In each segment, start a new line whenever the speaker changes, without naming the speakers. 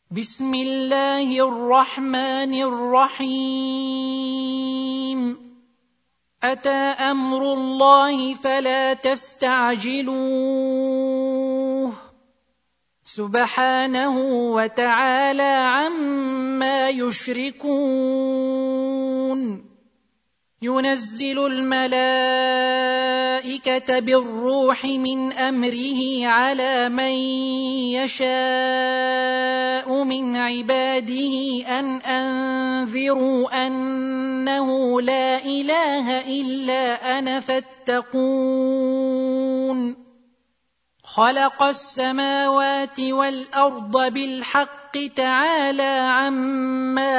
بسم الله الرحمن الرحيم أتى أمر الله فلا تستعجلوه سبحانه وتعالى عما يشركون ينزل الملائكة بالروح من أمره على من يشاء من عباده أن أنذروا أنه لا إله إلا أنا فاتقون خلق السماوات والأرض بالحق تعالى عما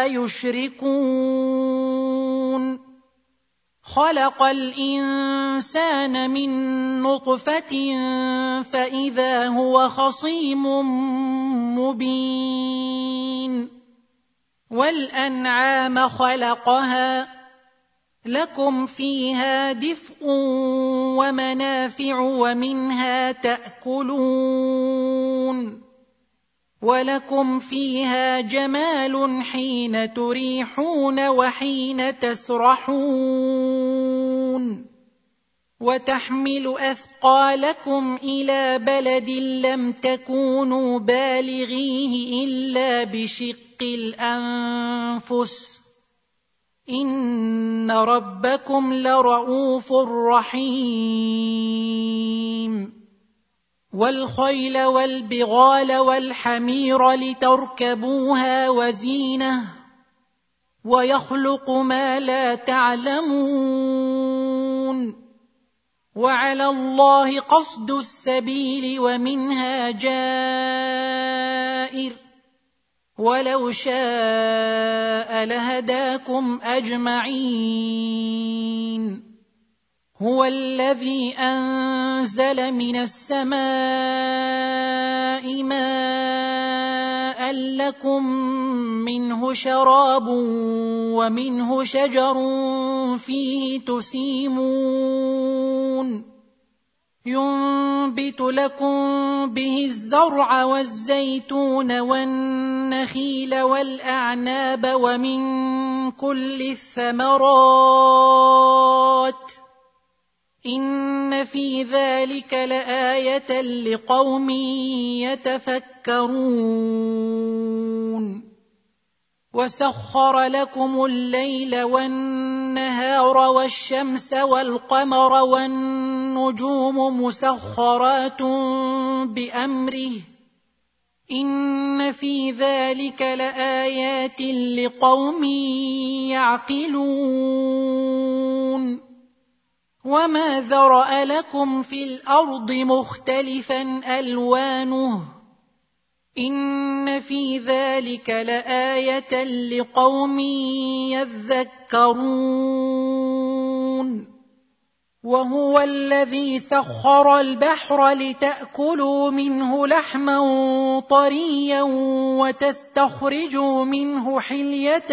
يشركون خلق الإنسان من نطفة فإذا هو خصيم مبين والأنعام خلقها لكم فيها دفء ومنافع ومنها تأكلون ولكم فيها جمال حين تريحون وحين تسرحون وتحمل أثقالكم إلى بلد لم تكونوا بالغيه إلا بشق الأنفس إن ربكم لرؤوف رحيم والخيل والبغال والحمير لتركبوها وزينة ويخلق ما لا تعلمون وعلى الله قصد السبيل ومنها جائر ولو شاء لهداكم أجمعين هو الذي أنزل من السماء ماء لكم منه شراب ومنه شجر فيه تسيمون ينبت لكم به الزرع والزيتون والنخيل والأعناب ومن كل الثمرات إن في ذلك لآية لقوم يتفكرون وسخر لكم الليل والنهار والشمس والقمر والنجوم مسخرات بأمره إن في ذلك لآيات لقوم يعقلون وما ذرأ لكم في الأرض مختلفا ألوانه إن في ذلك لآية لقوم يذكرون وهو الذي سخر البحر لتأكلوا منه لحما طريا وتستخرجوا منه حلية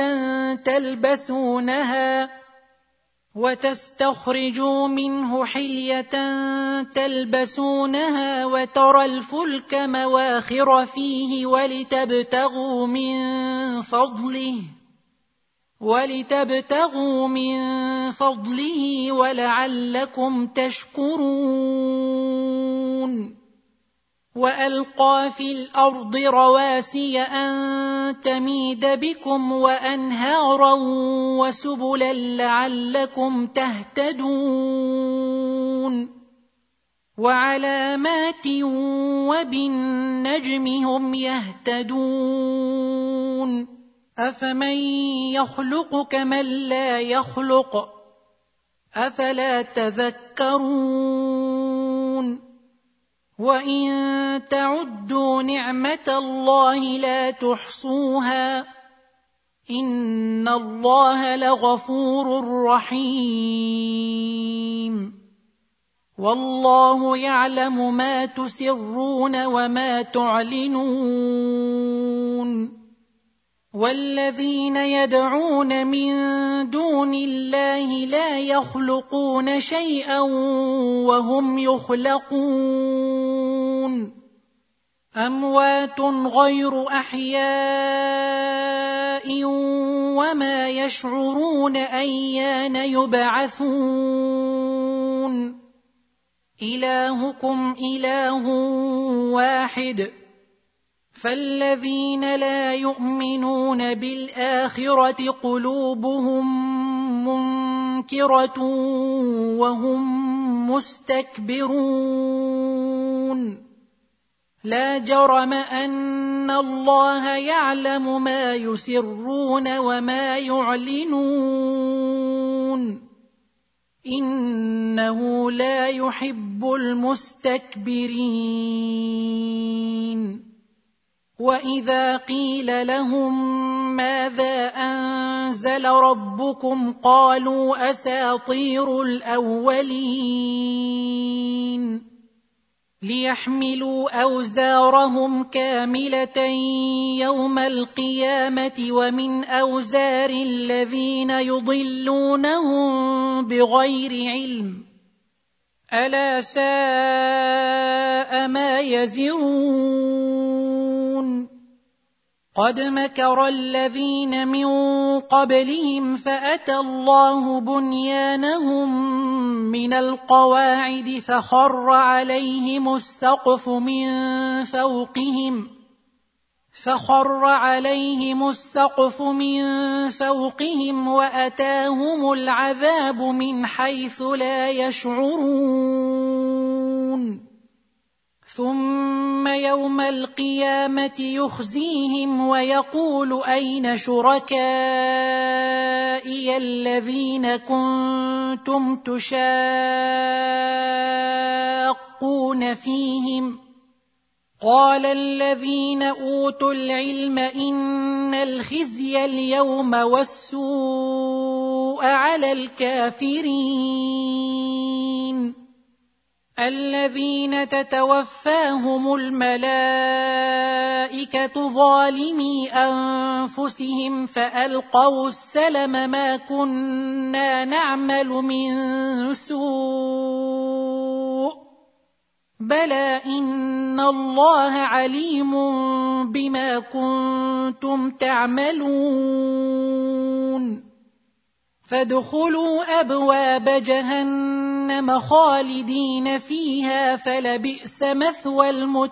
تلبسونها وترى الفلك مواخر فيه ولتبتغوا من فضله ولعلكم تشكرون وألقى في الأرض رواسي أن تميد بكم وأنهارا وسبلا لعلكم تهتدون وعلامات وبالنجم هم يهتدون أفمن يخلق كمن لا يخلق أفلا تذكرون وإن تعدوا نعمة الله لا تحصوها إن الله لغفور رحيم والله يعلم ما تسرون وما تعلنون والذين يدعون من دون الله لا يخلقون شيئا وهم يخلقون أموات غير أحياء وما يشعرون أيان يبعثون إلهكم إله واحد فالذين لا يؤمنون بالآخرة قلوبهم منكرة وهم مستكبرون لا جرم أن الله يعلم ما يسرون وما يعلنون إنه لا يحب المستكبرين وإذا قيل لهم ماذا أنزل ربكم قالوا أساطير الأولين ليحملوا أوزارهم كاملة يوم القيامة ومن أوزار الذين يضلونهم بغير علم ألا ساء ما يزرون قد مكر الذين من قبلهم فأتى الله بنيانهم من القواعد فخر عليهم السقف من فوقهم وأتاهم العذاب من حيث لا يشعرون ثم يوم القيامة يخزيهم ويقول أين شركائي الذين كنتم تشاقون فيهم قال الذين أوتوا العلم إن الخزي اليوم والسوء على الكافرين الذين تتوفاهم الملائكة ظالمي أنفسهم فألقوا السلم ما كنا نعمل من سوء بلى إن الله عليم بما كنتم تعملون فادخلوا أبواب جهنم خالدين فيها فلبئس مثوى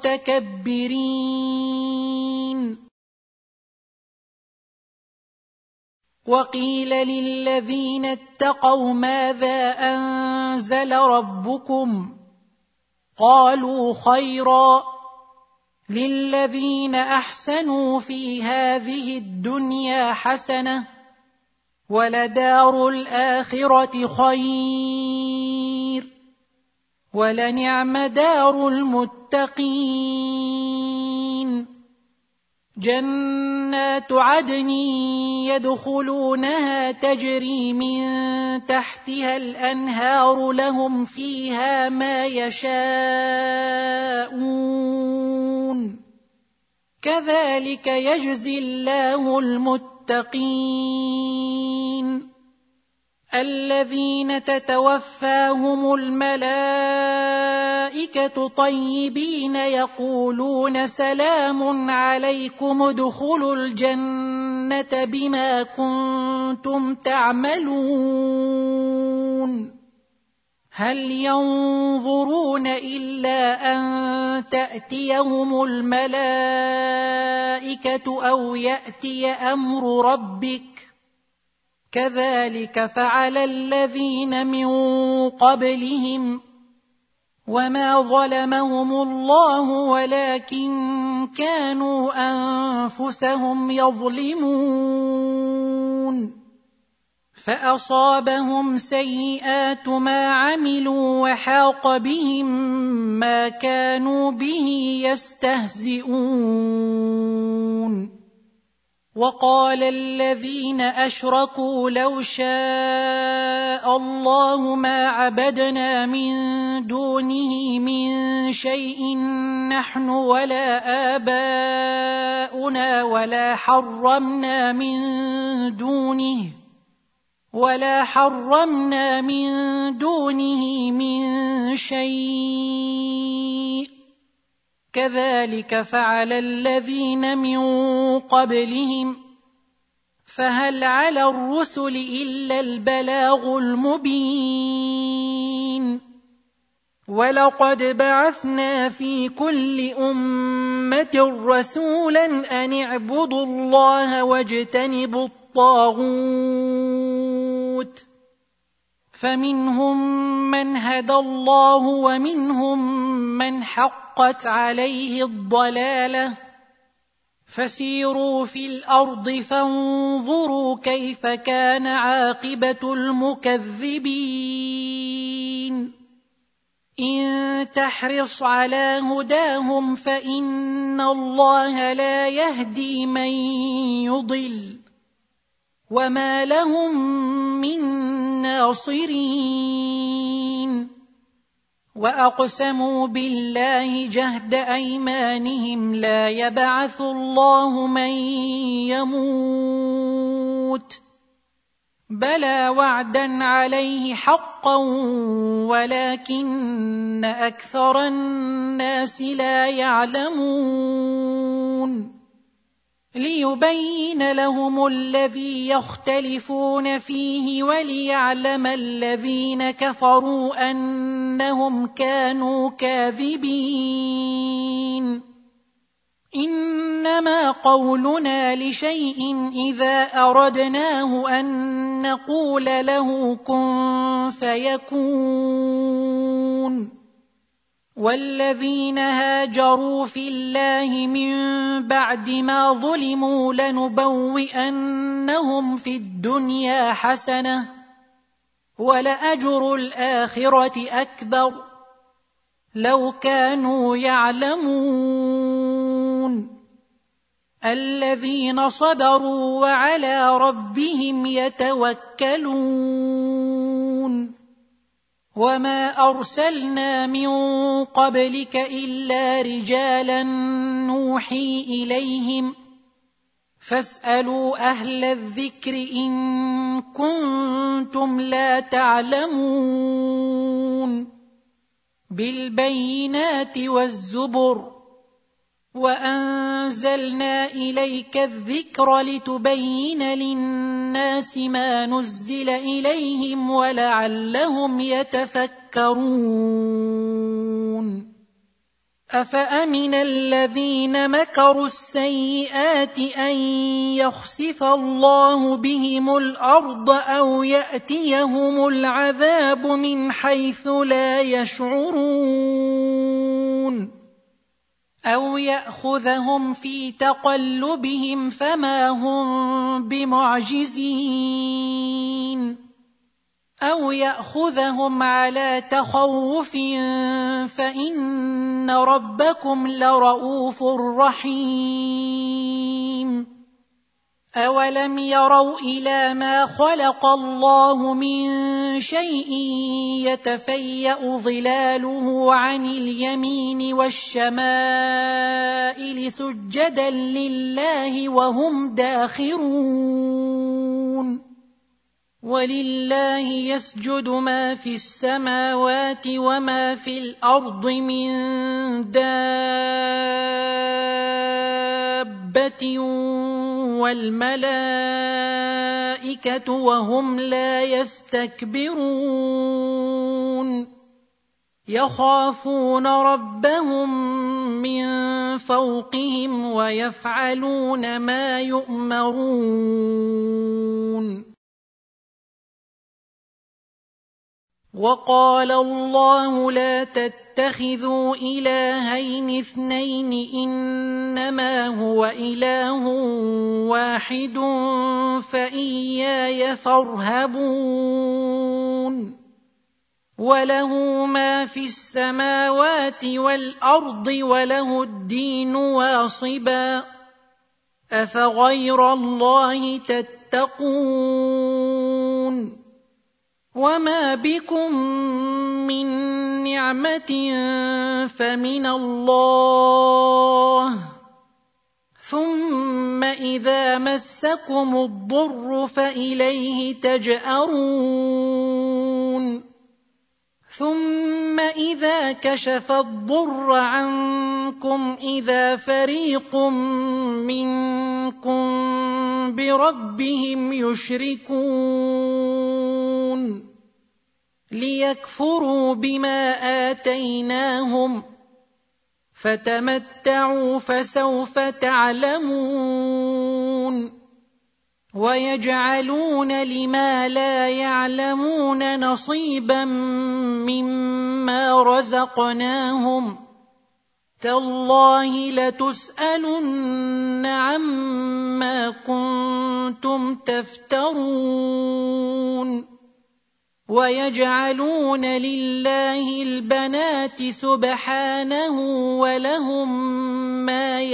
المتكبرين وقيل للذين اتقوا ماذا أنزل ربكم قالوا خيرا للذين أحسنوا في هذه الدنيا حسنة ولدار الآخرة خير ولنعم دار المتقين جنات عدن يدخلونها تجري من تحتها الأنهار لهم فيها ما يشاءون كذلك يجزي الله المتقين الذين تتوفاهم الملائكة طيبين يقولون سلام عليكم ادخلوا الجنة بما كنتم تعملون هل ينظرون إلا أن تأتيهم الملائكة أو يأتي أمر ربك كذلك فعل الذين من قبلهم وما ظلمهم الله ولكن كانوا أنفسهم يظلمون فأصابهم سيئات ما عملوا وحاق بهم ما كانوا به يستهزئون وقال الذين أشركوا لو شاء الله ما عبدنا من دونه من شيء نحن ولا آباؤنا ولا حرمنا من دونه من شيء كذلك فعل الذين من قبلهم فهل على الرسل إلا البلاغ المبين ولقد بعثنا في كل أمة رسولا أن اعبدوا الله واجتنبوا الطاغوت فمنهم من هدى الله ومنهم من حقت عليه الضلالة فسيروا في الأرض فانظروا كيف كان عاقبة المكذبين إن تحرص على هداهم فإن الله لا يهدي من يضل وما لهم من ناصرين وأقسموا بالله جهد أيمانهم لا يبعث الله من يموت بلى وعدا عليه حقا ولكن أكثر الناس لا يعلمون ليبين لهم الذي يختلفون فيه وليعلم الذين كفروا أنهم كانوا كاذبين إنما قولنا لشيء إذا أردناه أن نقول له كن فيكون والذين هاجروا في الله من بعد ما ظلموا لنبوئنهم في الدنيا حسنة ولأجر الآخرة أكبر لو كانوا يعلمون الذين صبروا وعلى ربهم يتوكلون وما أرسلنا من قبلك إلا رجالا نوحي إليهم فاسألوا أهل الذكر إن كنتم لا تعلمون بالبينات والزبر وأنزلنا إليك الذكر لتبين للناس ما نزل إليهم ولعلهم يتفكرون أفأمن الذين مكروا السيئات أن يخسف الله بهم الأرض أو يأتيهم العذاب من حيث لا يشعرون أو يأخذهم في تقلبهم فما هم بمعجزين أو يأخذهم على تخوف فإن ربكم لرؤوف رحيم أولم يروا إلى ما خلق الله من شيء يتفيأ ظلاله عن اليمين والشمائل سجدا لله وهم داخرون ولله يسجد ما في السماوات وما في الأرض من دابة والملائكة وهم لا يستكبرون يخافون ربهم من فوقهم ويفعلون ما يؤمرون وقال الله لا تتخذوا إلهين اثنين إنما هو إله واحد فإياي فارهبون وله ما في السماوات والأرض وله الدين واصبا أفغير الله تتقون وما بكم من نعمة فمن الله ثم إذا مسكم الضر فإليه تجأرون ثم إذا كشف الضر عنكم إذا فريق منكم بربهم يشركون ليكفروا بما آتيناهم فتمتعوا فسوف تعلمون ويجعلون لما لا يعلمون نصيبا مما رزقناهم تالله لتسألن عما كنتم تفترون ويجعلون لله البنات سبحانه ولهم ما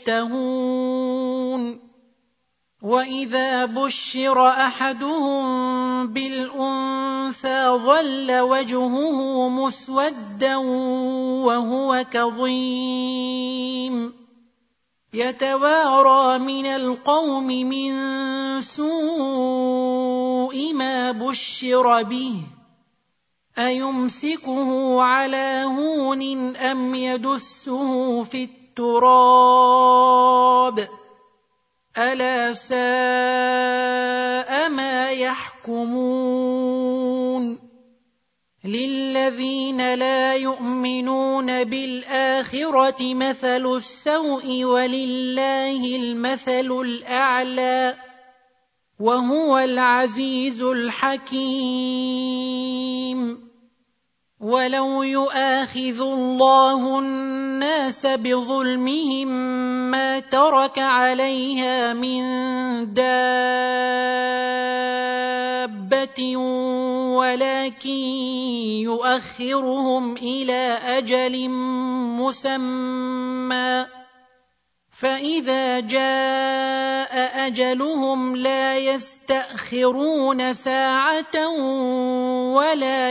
يشتهون وإذا بشر أحدهم بالأنثى ظل وجهه مسودا وهو كظيم يتوارى من القوم من سوء ما بشر به أيمسكه على هون أم يدسه في التراب ألا ساء ما يحكمون للذين لا يؤمنون بالآخرة مثل السوء ولله المثل الأعلى وهو العزيز الحكيم ولو يؤاخذ الله الناس بظلمهم ما ترك عليها من دابة ولكن يؤخرهم إلى أجل مسمى فإذا جاء أجلهم لا يستأخرون ساعة ولا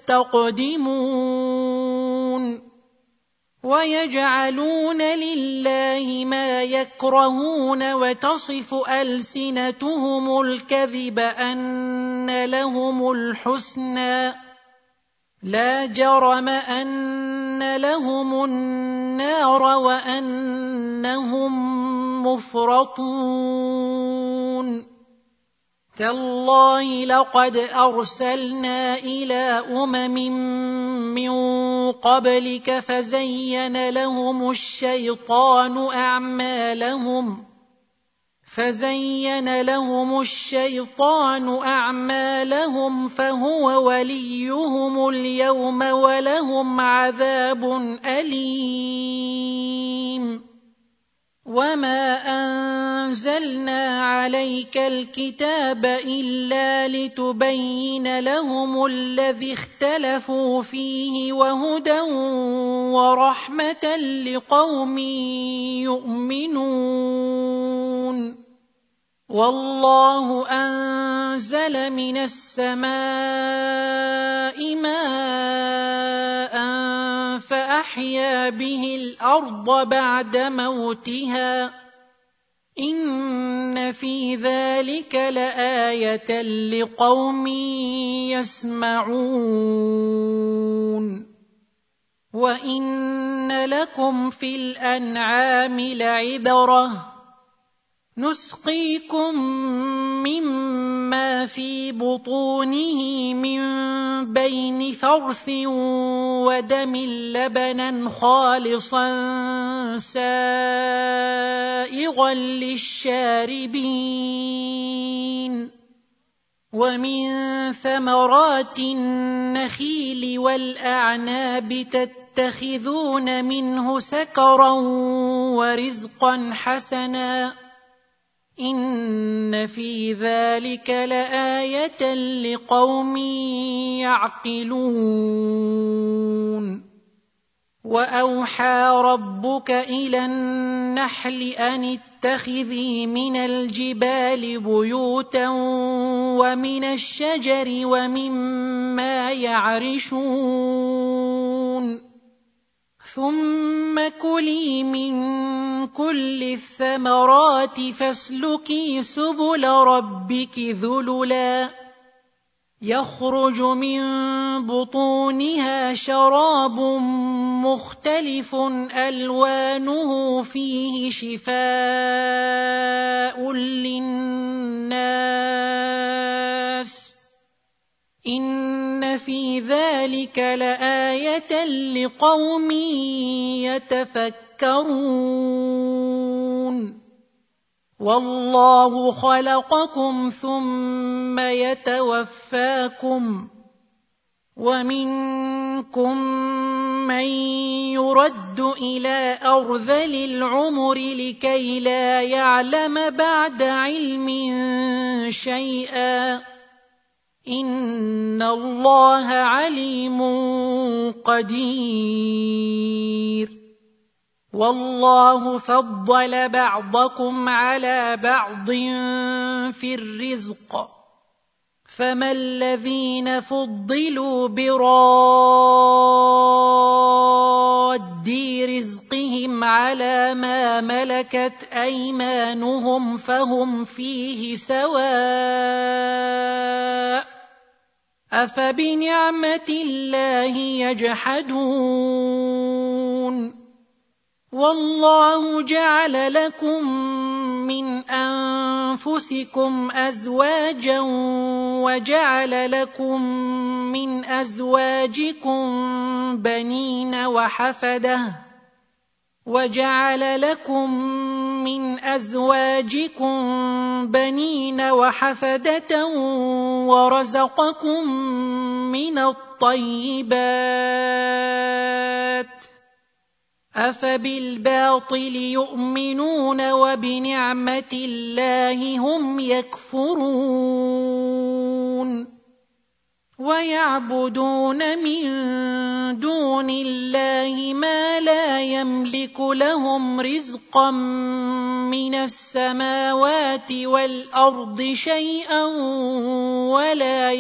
يستقدمون ويجعلون لله ما يكرهون وتصف ألسنتهم الكذب أن لهم الحسنى لا جرم أن لهم النار وأنهم مفرطون تالله لقد أرسلنا إلى أمم من قبلك فزين لهم الشيطان أعمالهم فهو وليهم اليوم ولهم عذاب أليم وما أنزلنا عليك الكتاب إلا لتبين لهم الذي اختلفوا فيه وهدى ورحمة لقوم يؤمنون والله أنزل من السماء ماء فأحيا به الأرض بعد موتها إن في ذلك لآية لقوم يسمعون وإن لكم في الأنعام لعبرة نسقيكم مما في بطونه من بين فرث ودم لبنا خالصا سائغا للشاربين ومن ثمرات النخيل والأعناب تتخذون منه سكرا ورزقا حسنا إن في ذلك لآية لقوم يعقلون وأوحى ربك إلى النحل أن اتخذي من الجبال بيوتا ومن الشجر ومما يعرشون ثم كلي من كل الثمرات فاسلكي سبل ربك ذللا يخرج من بطونها شراب مختلف ألوانه فيه شفاء للناس إن في ذلك لآية لقوم يتفكرون والله خلقكم ثم يتوفاكم ومنكم من يرد إلى أرذل العمر لكي لا يعلم بعد علم شيئا إن الله عليم قدير والله فضل بعضكم على بعض في الرزق فما الذين فضلوا براد رزقهم على ما ملكت أيمانهم فهم فيه سواء أفبنعمة الله يجحدون والله جعل لكم من أنفسكم أزواجا وجعل لكم من أزواجكم بنين وحفدة ورزقكم من الطيبات أفبالباطل يؤمنون وبنعمة الله هم يكفرون ويعبدون من دون الله ما لا يملك لهم رزقا من السماوات والأرض شيئا ولا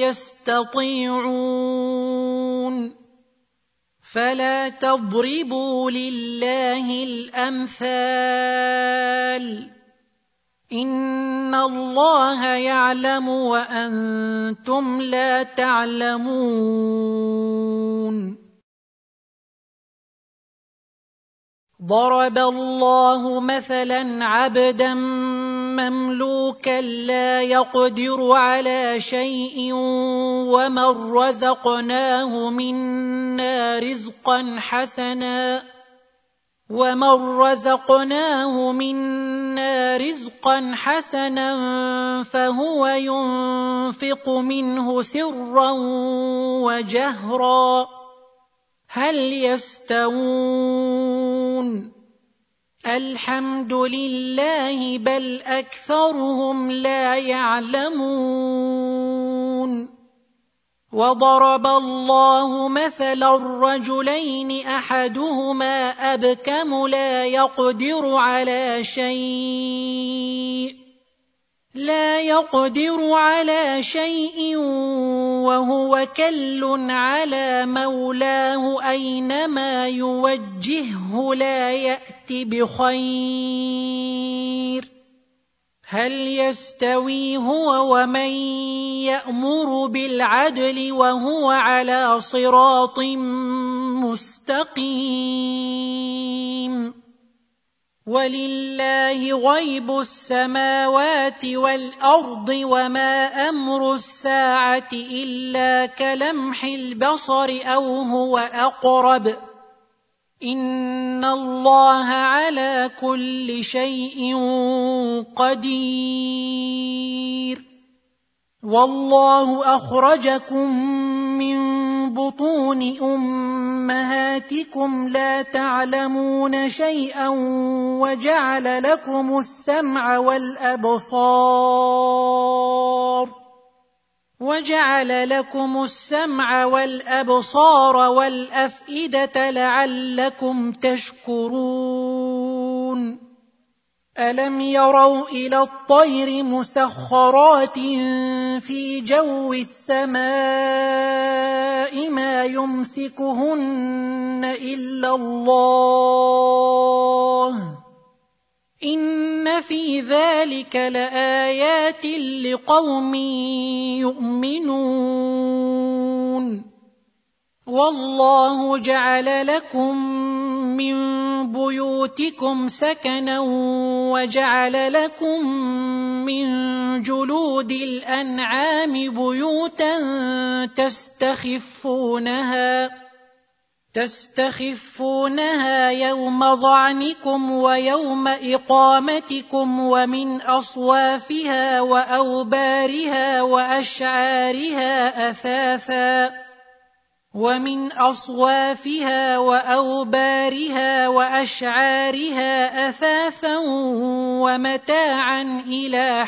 يستطيعون فلا تضربوا لله الأمثال إن الله يعلم وأنتم لا تعلمون ضرب الله مثلا عبدا مملوكا لا يقدر على شيء ومن رزقناه منا رزقا حسنا فهو ينفق منه سرا وجهرا هل يستوون الحمد لله بل أكثرهم لا يعلمون وضرب الله مثلا الرجلين أحدهما أبكم لا يقدر على شيء وهو كل على مولاه أينما يوجهه لا يأت بخير هل يستوي هو ومن يأمر بالعدل وهو على صراط مستقيم ولله غيب السماوات والأرض وما أمر الساعة إلا كلمح البصر أو هو أقرب إن الله على كل شيء قدير والله أخرجكم من بطون أمهاتكم لا تعلمون شيئا وجعل لكم السمع والأبصار والأفئدة لعلكم تشكرون ألم يروا إلى الطير مسخرات في جو السماء ما يمسكهن إلا الله إن إن في ذلك لآيات لقوم يؤمنون والله جعل لكم من بيوتكم سكنا وجعل لكم من جلود الأنعام بيوتا تستخفونها يوم ظعنكم ويوم إقامتكم ومن أصوافها وأوبارها وأشعارها أثاثا ومتاعا إلى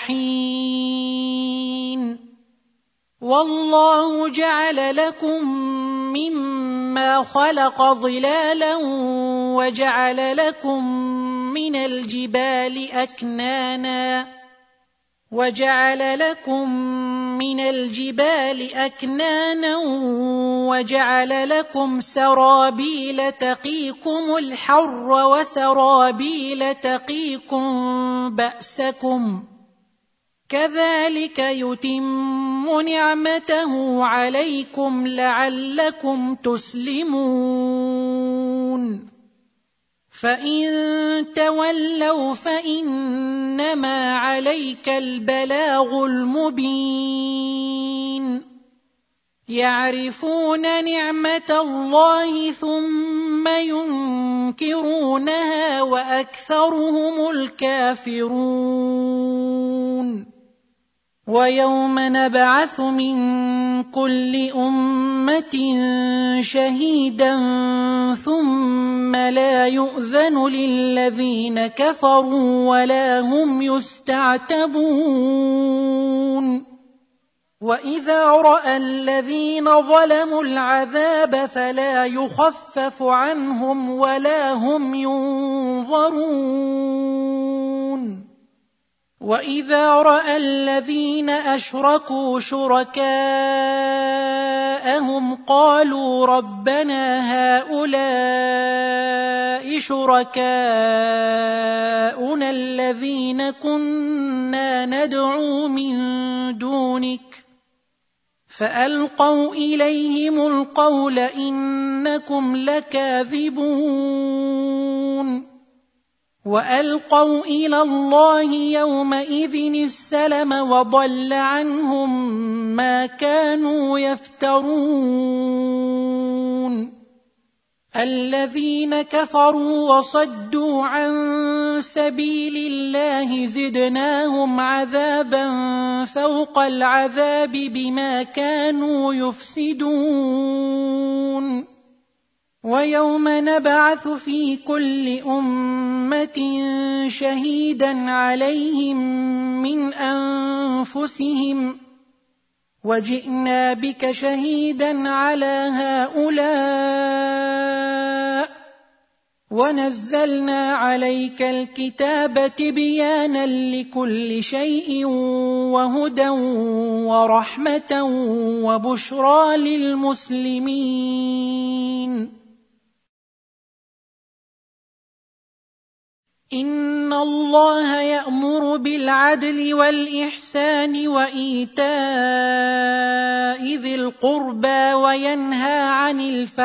حين والله جعل لكم مما خلق ظلالا وجعل لكم من الجبال أكنانا وجعل لكم سرابيل تقيكم الحر وسرابيل تقيكم بأسكم كذلك يتم نعمته عليكم لعلكم تسلمون فإن تولوا فإنما عليك البلاغ المبين يعرفون نعمة الله ثم ينكرونها وأكثرهم الكافرون ويوم نبعث من كل أمة شهيدا ثم لا يؤذن للذين كفروا ولا هم يستعتبون وإذا رأى الذين ظلموا العذاب فلا يخفف عنهم ولا هم ينظرون وإذا رأى الذين أشركوا شركاءهم قالوا ربنا هؤلاء شركاؤنا الذين كنا ندعو من دونك فألقوا إليهم القول إنكم لكاذبون وألقوا إلى الله يومئذ السلم وضل عنهم ما كانوا يفترون الذين كفروا وصدوا عن سبيل الله زدناهم عذابا فوق العذاب بما كانوا يفسدون ويوم نبعث في كل أمة شهيدا عليهم من أنفسهم وجئنا بك شهيدا على هؤلاء ونزلنا عليك الكتاب تبيانا لكل شيء وهدى ورحمة وبشرى للمسلمين إن الله يأمر بالعدل والإحسان وإيتاء ذي القربى وينهى عن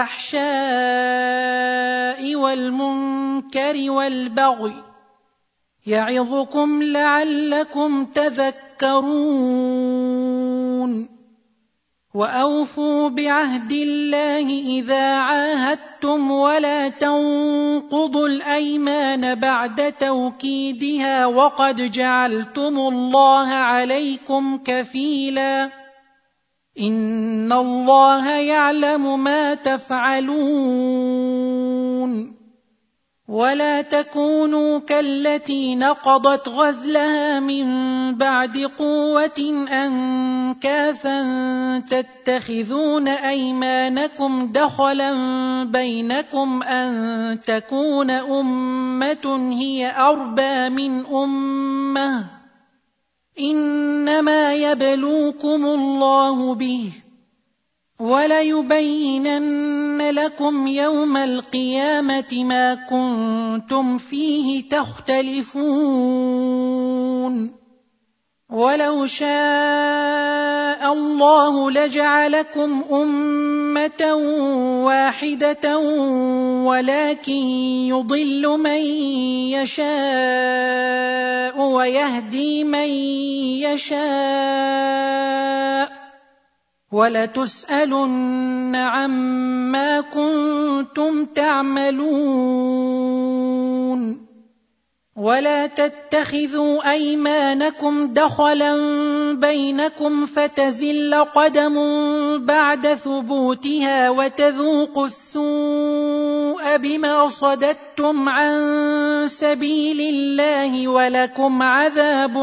الفحشاء والمنكر والبغي يعظكم لعلكم تذكرون وأوفوا بعهد الله إذا عاهدتم ولا تنقضوا الأيمان بعد توكيدها وقد جعلتم الله عليكم كفيلا إن الله يعلم ما تفعلون ولا تكونوا كالتي نقضت غزلها من بعد قوة أنكاثا تتخذون أيمانكم دخلا بينكم أن تكون أمة هي أربى من أمة إنما يبلوكم الله به وَلَيُبَيِّنَنَّ لَكُمْ يَوْمَ الْقِيَامَةِ مَا كُنتُمْ فِيهِ تَخْتَلِفُونَ وَلَوْ شَاءَ اللَّهُ لَجَعَلَكُمْ أُمَّةً وَاحِدَةً وَلَكِن يُضِلُّ مَن يَشَاءُ وَيَهْدِي مَن يَشَاءُ وَلَتُسْأَلُنَّ عَمَّا كُنتُمْ تَعْمَلُونَ وَلَا تَتَّخِذُوا أَيْمَانَكُمْ دَخَلًا بَيْنَكُمْ فَتَزِلَّ قَدَمٌ بَعْدَ ثُبُوتِهَا وَتَذُوقُوا السُّوءَ بِمَا صَدَدتُّمْ عَن سَبِيلِ اللَّهِ وَلَكُمْ عَذَابٌ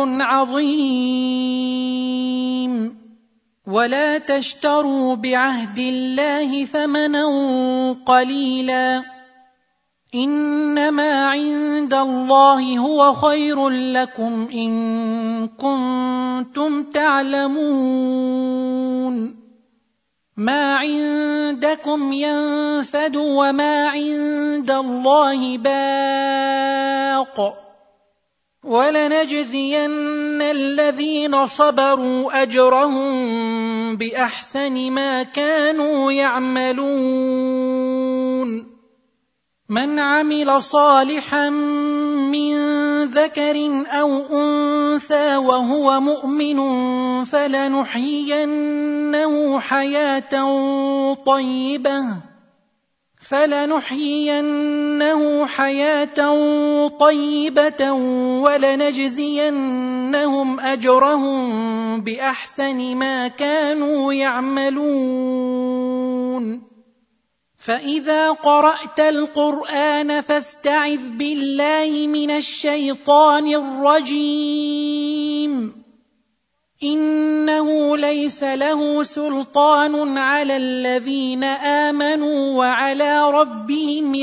عَظِيمٌ وَلَا تَشْتَرُوا بِعَهْدِ اللَّهِ ثَمَنًا قَلِيلًا إِنَّمَا عِندَ اللَّهِ هُوَ خَيْرٌ لَكُمْ إِن كُنتُمْ تَعْلَمُونَ مَا عِندَكُمْ يَنفَدُ وَمَا عِندَ اللَّهِ بَاقٍ وَلَنَجْزِيَنَّ الَّذِينَ صَبَرُوا أَجْرَهُم بِأَحْسَنِ مَا كَانُوا يَعْمَلُونَ مَنْ عَمِلَ صَالِحًا مِّن ذَكَرٍ أَوْ أُنثَىٰ وَهُوَ مُؤْمِنٌ فَلَنُحْيِيَنَّهُ حَيَاةً طَيِّبَةً وَلَنَجْزِيَنَّهُمْ أَجْرَهُم بِأَحْسَنِ مَا كَانُوا يَعْمَلُونَ فَإِذَا قَرَأْتَ الْقُرْآنَ فَاسْتَعِذْ بِاللَّهِ مِنَ الشَّيْطَانِ الرَّجِيمِ إِنَّهُ لَيْسَ لَهُ سُلْطَانٌ عَلَى الَّذِينَ آمَنُوا وَعَلَى رَبِّهِمْ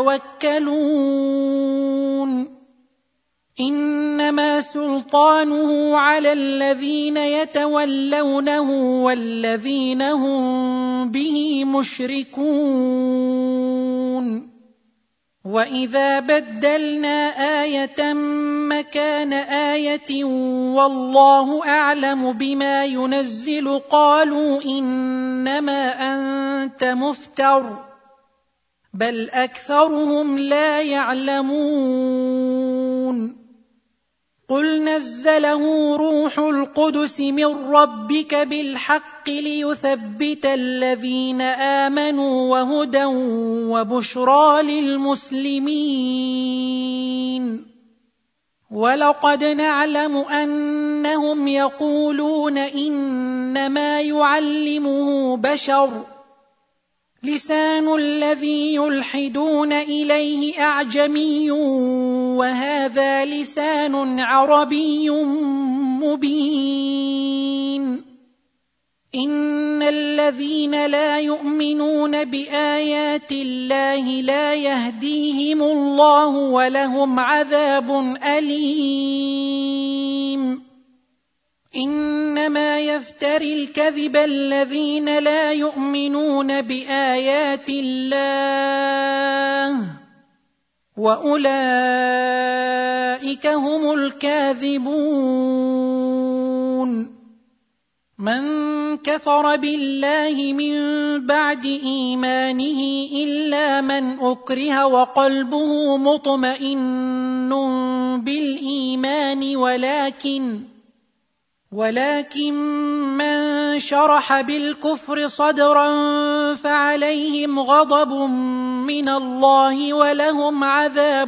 يَتَوَكَّلُونَ إِنَّمَا سُلْطَانُهُ عَلَى الَّذِينَ يَتَوَلَّوْنَهُ وَالَّذِينَ هُمْ بِهِ مُشْرِكُونَ وَإِذَا بَدَّلْنَا آيَةً مَّكَانَ آيَةٍ وَاللَّهُ أَعْلَمُ بِمَا يُنَزِّلُ قَالُوا إِنَّمَا أَنتَ مُفْتَرٍ بَلْ أَكْثَرُهُمْ لَا يَعْلَمُونَ قُلْ نَزَّلَهُ رُوحُ الْقُدُسِ مِنْ رَبِّكَ بِالْحَقِّ لِيُثَبِّتَ الَّذِينَ آمَنُوا وَهُدًى وَبُشْرَى لِلْمُسْلِمِينَ وَلَقَدْ نَعْلَمُ أَنَّهُمْ يَقُولُونَ إِنَّمَا يُعَلِّمُهُ بَشَرٌ لِسَانُ الَّذِي يُلْحِدُونَ إِلَيْهِ أَعْجَمِيٌّ وَهَذَا لِسَانٌ عَرَبِيٌّ مُبِينٌ إِنَّ الَّذِينَ لَا يُؤْمِنُونَ بِآيَاتِ اللَّهِ لَا يَهْدِيهِمُ اللَّهُ وَلَهُمْ عَذَابٌ أَلِيمٌ إِنَّمَا يَفْتَرِي الْكَذِبَ الَّذِينَ لَا يُؤْمِنُونَ بِآيَاتِ اللَّهِ وَأُولَئِكَ هُمُ الْكَاذِبُونَ مَنْ كَفَرَ بِاللَّهِ مِنْ بَعْدِ إِيمَانِهِ إِلَّا مَنْ أُكْرِهَ وَقَلْبُهُ مُطْمَئِنٌّ بِالْإِيمَانِ ولكن من شرح بالكفر صدرا فعليهم غضب من الله ولهم عذاب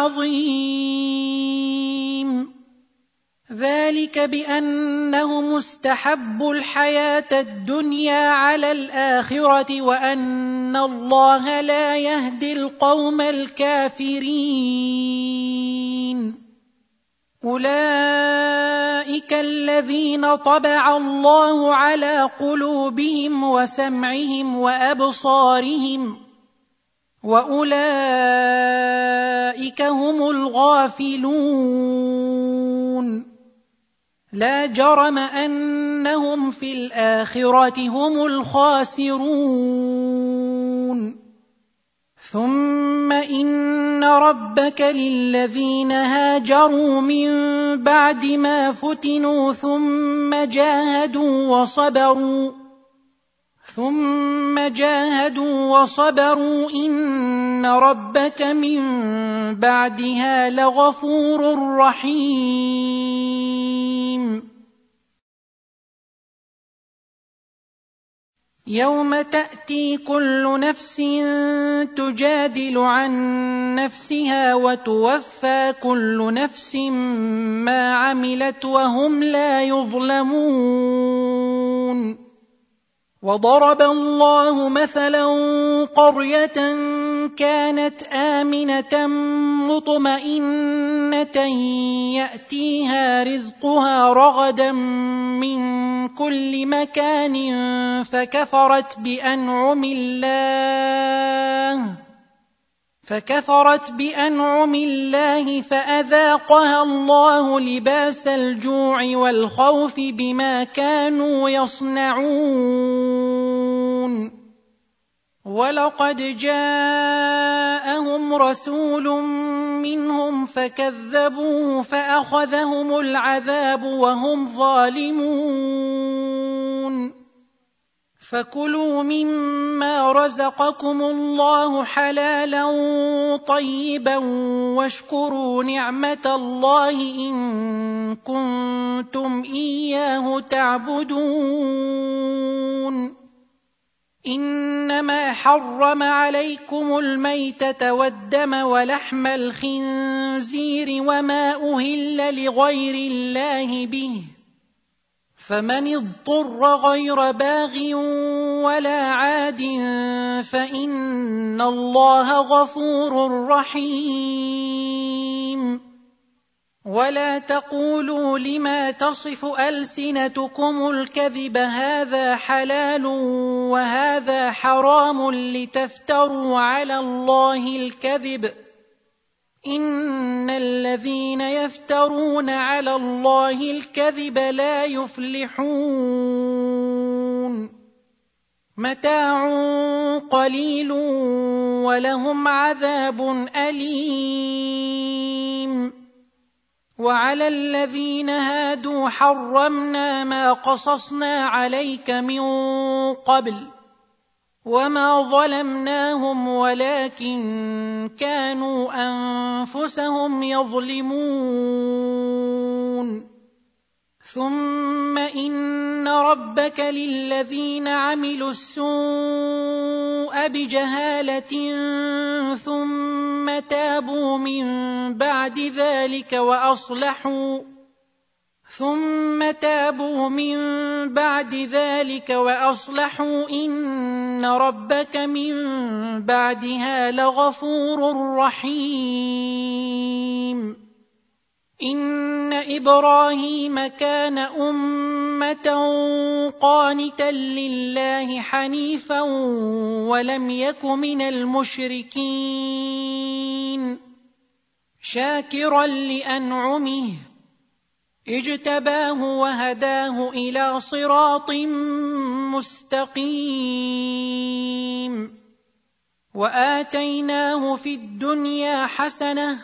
عظيم ذلك بأنهم استحبوا الحياة الدنيا على الآخرة وأن الله لا يهدي القوم الكافرين أولئك الذين طبع الله على قلوبهم وسمعهم وأبصارهم وأولئك هم الغافلون لا جرم أنهم في الآخرة هم الخاسرون ثم إن ربك للذين هاجروا من بعد ما فتنوا ثم جاهدوا وصبروا إن ربك من بعدها لغفور رحيم يوم تأتي كل نفس تجادل عن نفسها وتوفى كل نفس ما عملت وهم لا يظلمون وضرب الله مثلا قرية كانت آمنة مطمئنة يأتيها رزقها رغدا من كل مكان فكفرت بأنعم الله فأذاقها الله لباس الجوع والخوف بما كانوا يصنعون ولقد جاءهم رسول منهم فكذبوه فأخذهم العذاب وهم ظالمون فكلوا مما رزقكم الله حلالا طيبا واشكروا نعمة الله إن كنتم إياه تعبدون إنما حرم عليكم الميتة والدم ولحم الخنزير وما أهل لغير الله به فمن اضطر غير باغ ولا عاد فإن الله غفور رحيم ولا تقولوا لما تصف ألسنتكم الكذب هذا حلال وهذا حرام لتفتروا على الله الكذب إن الذين يفترون على الله الكذب لا يفلحون متاع قليل ولهم عذاب أليم وعلى الذين هادوا حرمنا ما قصصنا عليك من قبل وما ظلمناهم ولكن كانوا أنفسهم يظلمون ثم إن ربك للذين عملوا السوء بجهالة ثم تابوا من بعد ذلك وأصلحوا إن ربك من بعدها لغفور رحيم إن إبراهيم كان أمة قانتا لله حنيفا ولم يك من المشركين شاكرا لأنعمه اجتباه وهداه إلى صراط مستقيم وآتيناه في الدنيا حسنة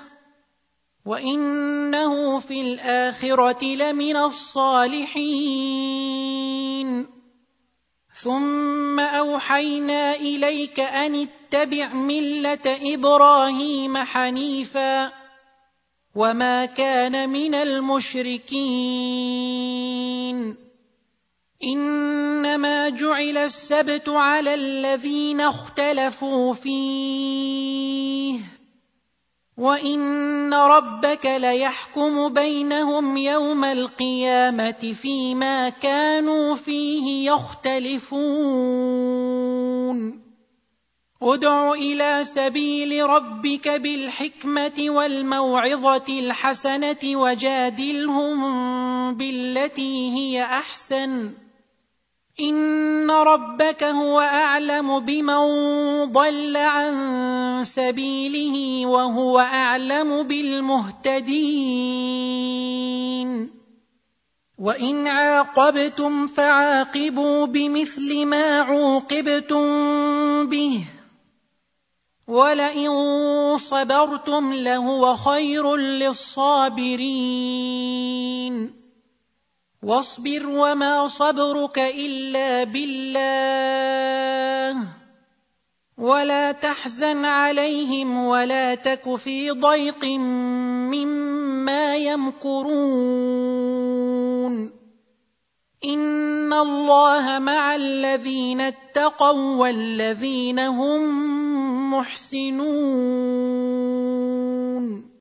وإنه في الآخرة لمن الصالحين ثم أوحينا إليك أن اتبع ملة إبراهيم حنيفا وما كان من المشركين إنما جعل السبت على الذين اختلفوا فيه وإن ربك ليحكم بينهم يوم القيامة فيما كانوا فيه يختلفون ادع إلى سبيل ربك بالحكمة والموعظة الحسنة وجادلهم بالتي هي أحسن إن ربك هو أعلم بمن ضل عن سبيله وهو أعلم بالمهتدين وإن عاقبتم فعاقبوا بمثل ما عوقبتم به ولئن صبرتم لهو خير للصابرين واصبر وما صبرك إلا بالله ولا تحزن عليهم ولا تك في ضيق مما يمكرون إن الله مع الذين اتقوا والذين هم محسنون